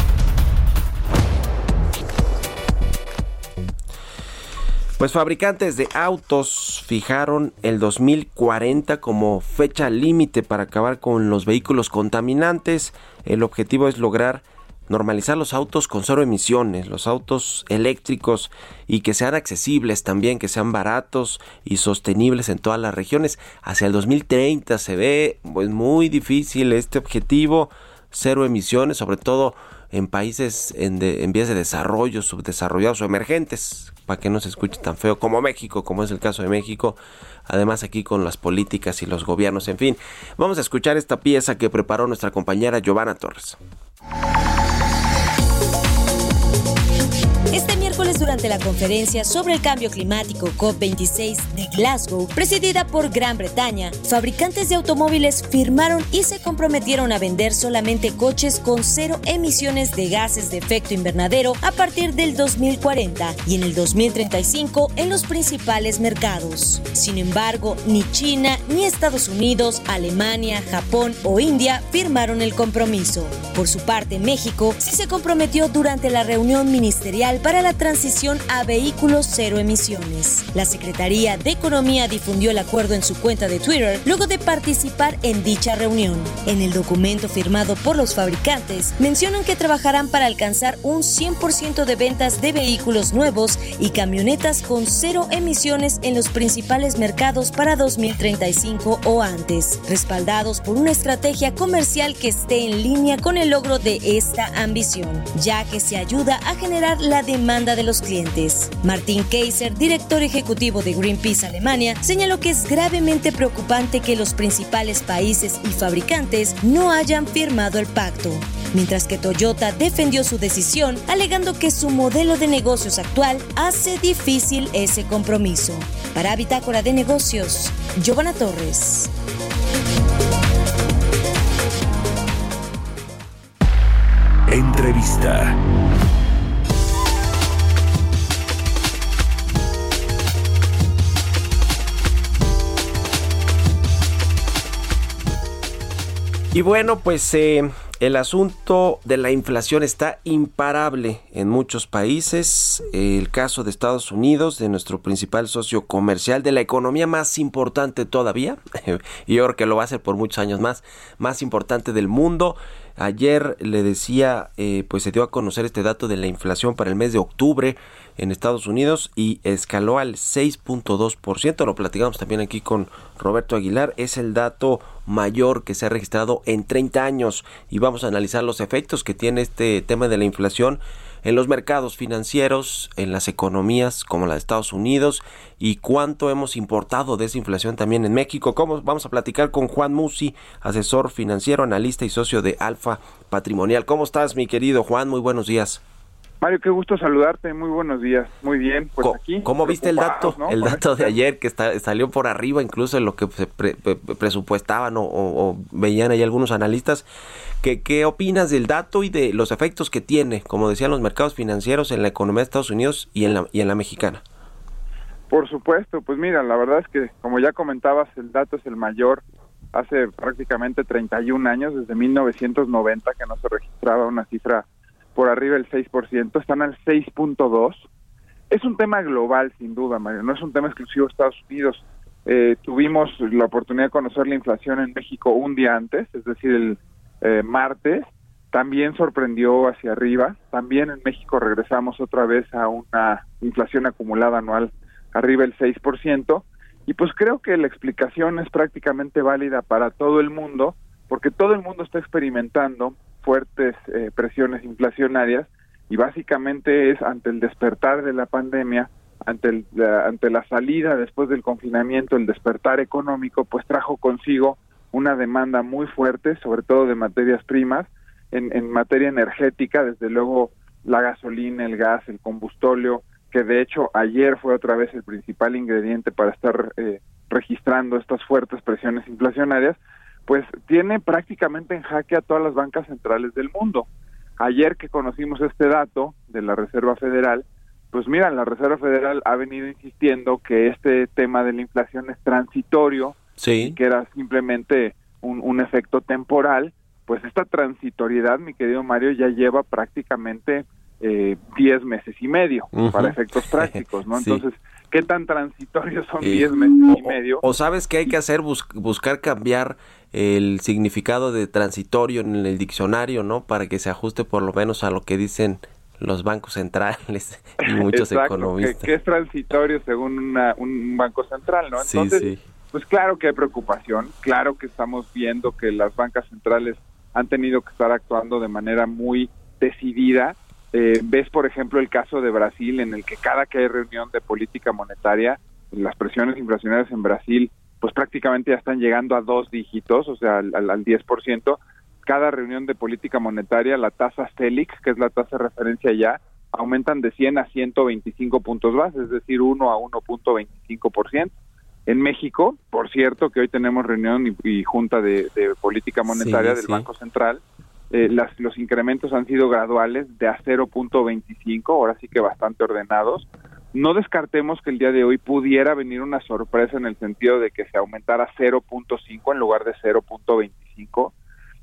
S4: Pues fabricantes de autos fijaron el dos mil cuarenta como fecha límite para acabar con los vehículos contaminantes. El objetivo es lograr normalizar los autos con cero emisiones, los autos eléctricos, y que sean accesibles también, que sean baratos y sostenibles en todas las regiones. Hacia el dos mil treinta se ve pues muy difícil este objetivo, cero emisiones, sobre todo en países en, de, en vías de desarrollo, subdesarrollados o emergentes, para que no se escuche tan feo, como México, como es el caso de México. Además, aquí con las políticas y los gobiernos, en fin. Vamos a escuchar esta pieza que preparó nuestra compañera Giovanna Torres.
S10: Este miércoles, durante la conferencia sobre el cambio climático COP veintiséis de Glasgow, presidida por Gran Bretaña, fabricantes de automóviles firmaron y se comprometieron a vender solamente coches con cero emisiones de gases de efecto invernadero a partir del dos mil cuarenta y en el dos mil treinta y cinco en los principales mercados. Sin embargo, ni China, ni Estados Unidos, Alemania, Japón o India firmaron el compromiso. Por su parte, México sí se comprometió durante la reunión ministerial para la transición transición a vehículos cero emisiones. La Secretaría de Economía difundió el acuerdo en su cuenta de Twitter luego de participar en dicha reunión. En el documento firmado por los fabricantes, mencionan que trabajarán para alcanzar un cien por ciento de ventas de vehículos nuevos y camionetas con cero emisiones en los principales mercados para dos mil treinta y cinco o antes, respaldados por una estrategia comercial que esté en línea con el logro de esta ambición, ya que se ayuda a generar la demanda de los clientes. Martin Kaiser, director ejecutivo de Greenpeace Alemania, señaló que es gravemente preocupante que los principales países y fabricantes no hayan firmado el pacto, mientras que Toyota defendió su decisión, alegando que su modelo de negocios actual hace difícil ese compromiso. Para Bitácora de Negocios, Giovanna Torres.
S2: Entrevista.
S4: Y bueno, pues eh, el asunto de la inflación está imparable en muchos países. El caso de Estados Unidos, de nuestro principal socio comercial, de la economía más importante todavía, y yo creo que lo va a ser por muchos años más, más importante del mundo. Ayer le decía, eh, pues se dio a conocer este dato de la inflación para el mes de octubre en Estados Unidos y escaló al seis punto dos por ciento. Lo platicamos también aquí con Roberto Aguilar. Es el dato mayor que se ha registrado en treinta años y vamos a analizar los efectos que tiene este tema de la inflación en los mercados financieros, en las economías como la de Estados Unidos y cuánto hemos importado de esa inflación también en México. ¿Cómo? Vamos a platicar con Juan Musi, asesor financiero, analista y socio de Alfa Patrimonial. ¿Cómo estás, mi querido Juan? Muy buenos días.
S11: Mario, qué gusto saludarte, muy buenos días, muy bien, pues
S4: ¿Cómo,
S11: aquí.
S4: ¿Cómo viste el dato,
S11: ¿no?
S4: el
S11: Con
S4: dato
S11: este
S4: de ayer que está, salió por arriba incluso de lo que se pre, pre, presupuestaban o, o, o veían ahí algunos analistas? ¿Qué, ¿Qué opinas del dato y de los efectos que tiene, como decían los mercados financieros, en la economía de Estados Unidos y en la, y en la mexicana?
S11: Por supuesto, pues mira, la verdad es que, como ya comentabas, el dato es el mayor hace prácticamente treinta y un años, desde mil novecientos noventa, que no se registraba una cifra por arriba del seis por ciento, están al seis punto dos. Es un tema global, sin duda, Mario, no es un tema exclusivo de Estados Unidos. Eh, tuvimos la oportunidad de conocer la inflación en México un día antes, es decir, el eh, martes, también sorprendió hacia arriba. También en México regresamos otra vez a una inflación acumulada anual arriba del seis por ciento, y pues creo que la explicación es prácticamente válida para todo el mundo, porque todo el mundo está experimentando fuertes eh, presiones inflacionarias y básicamente es ante el despertar de la pandemia, ante el, la, ante la salida después del confinamiento, el despertar económico, pues trajo consigo una demanda muy fuerte, sobre todo de materias primas, en, en materia energética, desde luego la gasolina, el gas, el combustóleo, que de hecho ayer fue otra vez el principal ingrediente para estar eh, registrando estas fuertes presiones inflacionarias, pues tiene prácticamente en jaque a todas las bancas centrales del mundo. Ayer que conocimos este dato de la Reserva Federal, pues mira, la Reserva Federal ha venido insistiendo que este tema de la inflación es transitorio,
S4: sí,
S11: y que era simplemente un, un efecto temporal. Pues esta transitoriedad, mi querido Mario, ya lleva prácticamente eh, diez meses y medio, uh-huh, para efectos prácticos, ¿no? Sí. Entonces, ¿qué tan transitorios son diez meses y medio?
S4: O, o sabes qué hay que hacer, Bus- buscar cambiar el significado de transitorio en el diccionario, ¿no? Para que se ajuste por lo menos a lo que dicen los bancos centrales y muchos
S11: Exacto,
S4: economistas.
S11: Que, que es transitorio según una, un banco central, ¿no? Entonces,
S4: sí, sí.
S11: Pues claro que hay preocupación, claro que estamos viendo que las bancas centrales han tenido que estar actuando de manera muy decidida. Eh, ves, por ejemplo, el caso de Brasil, en el que cada que hay reunión de política monetaria, las presiones inflacionarias en Brasil, pues prácticamente ya están llegando a dos dígitos, o sea, al, al diez por ciento. Cada reunión de política monetaria, la tasa Selic, que es la tasa de referencia ya, aumentan de cien a ciento veinticinco puntos base, es decir, uno a uno punto veinticinco por ciento. En México, por cierto, que hoy tenemos reunión y, y junta de, de política monetaria, sí, del sí. Banco Central, eh, las, los incrementos han sido graduales de a cero punto veinticinco, ahora sí que bastante ordenados. No descartemos que el día de hoy pudiera venir una sorpresa en el sentido de que se aumentara cero punto cinco en lugar de cero punto veinticinco.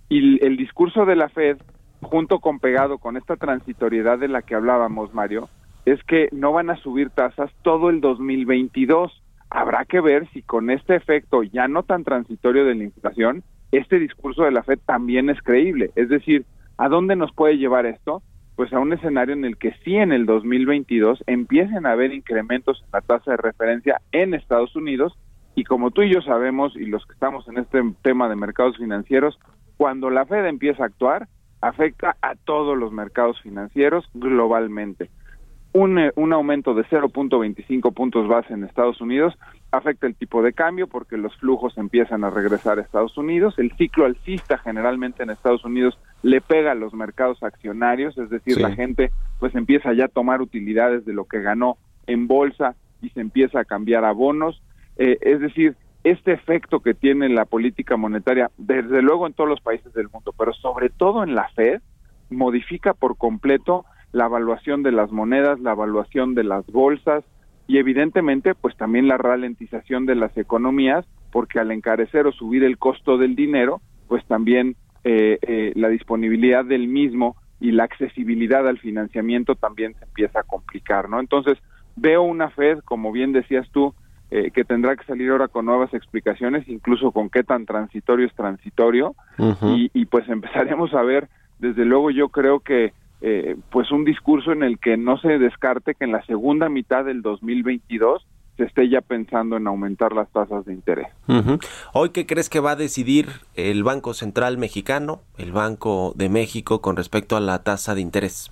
S11: Y el discurso de la Fed, junto con pegado con esta transitoriedad de la que hablábamos, Mario, es que no van a subir tasas todo el dos mil veintidós. Habrá que ver si con este efecto ya no tan transitorio de la inflación, este discurso de la Fed también es creíble. Es decir, ¿a dónde nos puede llevar esto? Pues a un escenario en el que sí en el dos mil veintidós empiecen a haber incrementos en la tasa de referencia en Estados Unidos, y como tú y yo sabemos, y los que estamos en este tema de mercados financieros, cuando la Fed empieza a actuar, afecta a todos los mercados financieros globalmente. Un, un aumento de cero punto veinticinco puntos base en Estados Unidos afecta el tipo de cambio porque los flujos empiezan a regresar a Estados Unidos. El ciclo alcista generalmente en Estados Unidos le pega a los mercados accionarios, es decir, sí. la gente pues empieza ya a tomar utilidades de lo que ganó en bolsa y se empieza a cambiar a bonos. Eh, es decir, este efecto que tiene la política monetaria, desde luego en todos los países del mundo, pero sobre todo en la Fed, modifica por completo la evaluación de las monedas, la evaluación de las bolsas y evidentemente pues también la ralentización de las economías, porque al encarecer o subir el costo del dinero, pues también eh, eh, la disponibilidad del mismo y la accesibilidad al financiamiento también se empieza a complicar, ¿no? Entonces veo una Fed, como bien decías tú, eh, que tendrá que salir ahora con nuevas explicaciones, incluso con qué tan transitorio es transitorio, uh-huh. y, y pues empezaremos a ver, desde luego yo creo que Eh, pues un discurso en el que no se descarte que en la segunda mitad del dos mil veintidós se esté ya pensando en aumentar las tasas de interés.
S4: Uh-huh. ¿Hoy qué crees que va a decidir el Banco Central Mexicano, el Banco de México, con respecto a la tasa de interés?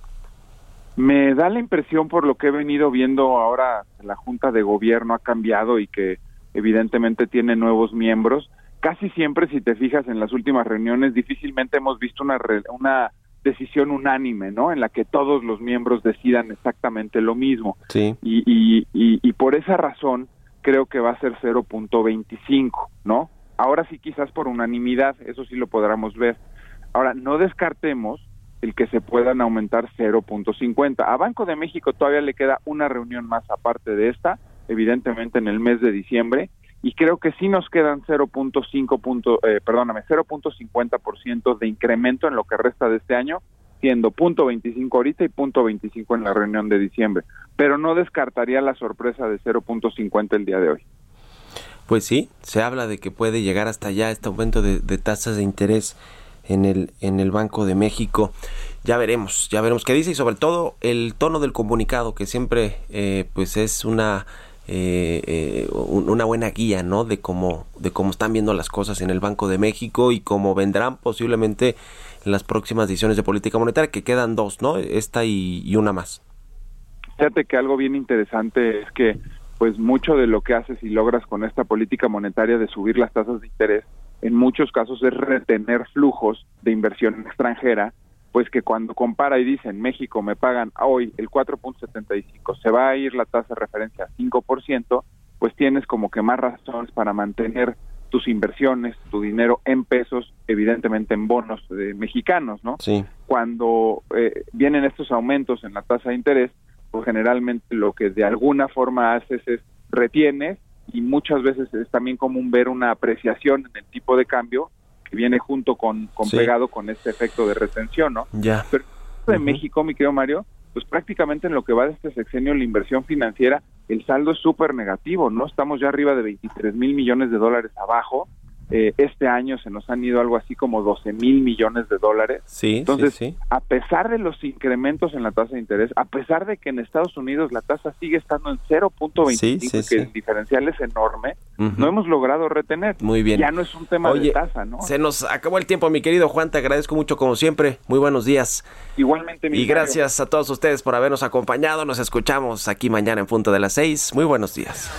S11: Me da la impresión, por lo que he venido viendo ahora, la Junta de Gobierno ha cambiado y que evidentemente tiene nuevos miembros. Casi siempre, si te fijas en las últimas reuniones, difícilmente hemos visto una una decisión unánime, ¿no? En la que todos los miembros decidan exactamente lo mismo.
S4: Sí.
S11: Y, y, y, y por esa razón creo que va a ser cero punto veinticinco, ¿no? Ahora sí quizás por unanimidad, eso sí lo podremos ver. Ahora, no descartemos el que se puedan aumentar cero punto cincuenta. A Banco de México todavía le queda una reunión más aparte de esta, evidentemente en el mes de diciembre, y creo que sí nos quedan cero punto cinco, eh, perdóname, cero punto cincuenta por ciento de incremento en lo que resta de este año, siendo punto veinticinco ahorita y punto veinticinco en la reunión de diciembre, pero no descartaría la sorpresa de cero punto cincuenta el día de hoy.
S4: Pues sí, se habla de que puede llegar hasta allá este aumento de, de tasas de interés en el en el Banco de México. Ya veremos, ya veremos qué dice, y sobre todo el tono del comunicado, que siempre eh, pues es una Eh, eh, una buena guía, ¿no? De cómo de cómo están viendo las cosas en el Banco de México y cómo vendrán posiblemente las próximas decisiones de política monetaria, que quedan dos, ¿no? Esta y, y una más.
S11: Fíjate que algo bien interesante es que pues mucho de lo que haces y logras con esta política monetaria de subir las tasas de interés, en muchos casos es retener flujos de inversión extranjera, pues que cuando compara y dice en México me pagan hoy el cuatro punto setenta y cinco, se va a ir la tasa de referencia a cinco por ciento, pues tienes como que más razones para mantener tus inversiones, tu dinero en pesos, evidentemente en bonos eh, mexicanos, ¿no?
S4: Sí.
S11: Cuando eh, vienen estos aumentos en la tasa de interés, pues generalmente lo que de alguna forma haces es retienes, y muchas veces es también común ver una apreciación en el tipo de cambio que viene junto con, con sí. pegado con este efecto de retención, ¿no?
S4: Ya.
S11: Pero en
S4: uh-huh.
S11: México, mi querido Mario, pues prácticamente en lo que va de este sexenio la inversión financiera, el saldo es súper negativo, ¿no? Estamos ya arriba de veintitrés mil millones de dólares abajo. Eh, este año se nos han ido algo así como doce mil millones de dólares.
S4: Sí,
S11: Entonces,
S4: sí, sí.
S11: a pesar de los incrementos en la tasa de interés, a pesar de que en Estados Unidos la tasa sigue estando en cero punto veinticinco,
S4: sí, sí,
S11: que
S4: sí.
S11: el diferencial es enorme,
S4: uh-huh.
S11: no hemos logrado retener.
S4: Muy bien.
S11: Ya no es un tema
S4: Oye,
S11: de tasa, ¿no?
S4: Se nos acabó el tiempo, mi querido Juan, te agradezco mucho como siempre. Muy buenos días.
S11: Igualmente, mi
S4: Y gracias Mario. A todos ustedes por habernos acompañado. Nos escuchamos aquí mañana en punto de las seis. Muy buenos días.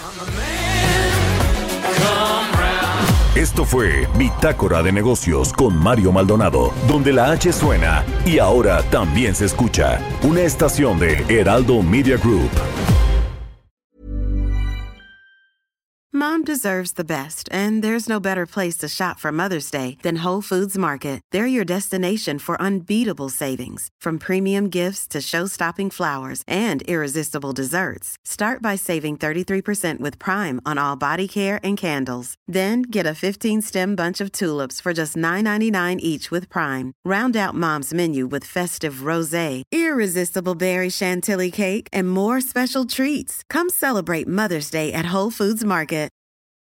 S2: Esto fue Bitácora de Negocios con Mario Maldonado, donde la H suena y ahora también se escucha. Una estación de Heraldo Media Group.
S12: Mom deserves the best, and there's no better place to shop for Mother's Day than Whole Foods Market. They're your destination for unbeatable savings, from premium gifts to show-stopping flowers and irresistible desserts. Start by saving thirty-three percent with Prime on all body care and candles. Then get a fifteen-stem bunch of tulips for just nine ninety-nine each with Prime. Round out Mom's menu with festive rosé, irresistible berry chantilly cake, and more special treats. Come celebrate Mother's Day at Whole Foods Market.